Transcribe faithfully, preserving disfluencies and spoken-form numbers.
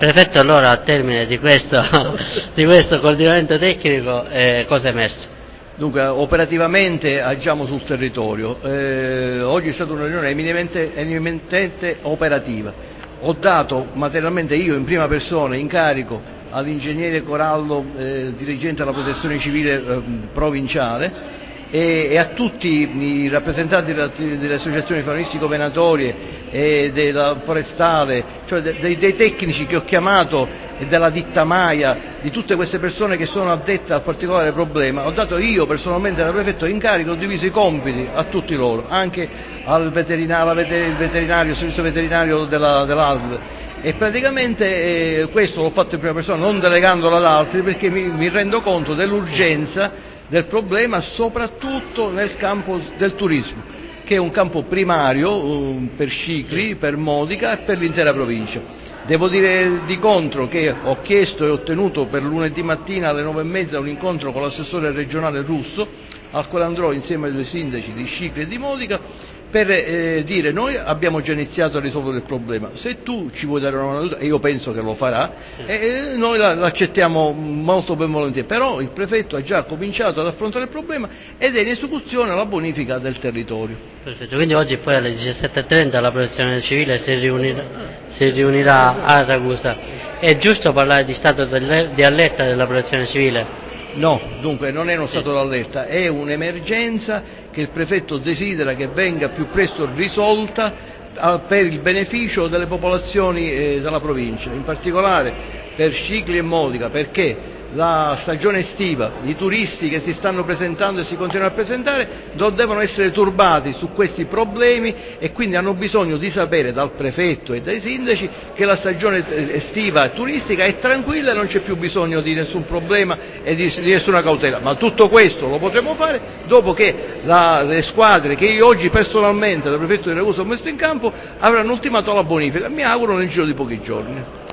Prefetto, allora al termine di questo, di questo coordinamento tecnico eh, cosa è emerso? Dunque, operativamente agiamo sul territorio. Eh, oggi è stata una riunione eminentemente, eminentemente operativa. Ho dato materialmente io in prima persona incarico all'ingegnere Corallo, eh, dirigente della protezione civile eh, provinciale, e, e a tutti i rappresentanti delle, delle associazioni faunistico-venatorie e della forestale, cioè dei, dei tecnici che ho chiamato e della ditta Maia, di tutte queste persone che sono addette al particolare problema. Ho dato io personalmente da prefetto incarico, ho diviso i compiti a tutti loro, anche al veterinario, al veterinario, servizio veterinario della, dell'A L V. E praticamente eh, questo l'ho fatto in prima persona, non delegandolo ad altri, perché mi, mi rendo conto dell'urgenza del problema, soprattutto nel campo del turismo, che è un campo primario um, per Scicli, per Modica e per l'intera provincia. Devo dire di contro che ho chiesto e ottenuto per lunedì mattina alle nove e mezza un incontro con l'assessore regionale Russo, al quale andrò insieme ai due sindaci di Scicli e di Modica, per eh, dire: noi abbiamo già iniziato a risolvere il problema, se tu ci vuoi dare una aiuto, e io penso che lo farà, eh, noi l'accettiamo molto ben volentieri, però il prefetto ha già cominciato ad affrontare il problema ed è in esecuzione la bonifica del territorio. Perfetto, quindi oggi poi alle diciassette e trenta la protezione civile si riunirà, si riunirà a Ragusa. È giusto parlare di stato di allerta della protezione civile? No, dunque non è uno stato d'allerta, è un'emergenza che il prefetto desidera che venga più presto risolta per il beneficio delle popolazioni eh, della provincia, in particolare per Scicli e Modica, perché la stagione estiva, i turisti che si stanno presentando e si continuano a presentare non devono essere turbati su questi problemi, e quindi hanno bisogno di sapere dal prefetto e dai sindaci che la stagione estiva e turistica è tranquilla e non c'è più bisogno di nessun problema e di, di nessuna cautela. Ma tutto questo lo potremo fare dopo che la, le squadre che io oggi personalmente da prefetto di Ragusa ho messo in campo avranno ultimato la bonifica, mi auguro nel giro di pochi giorni.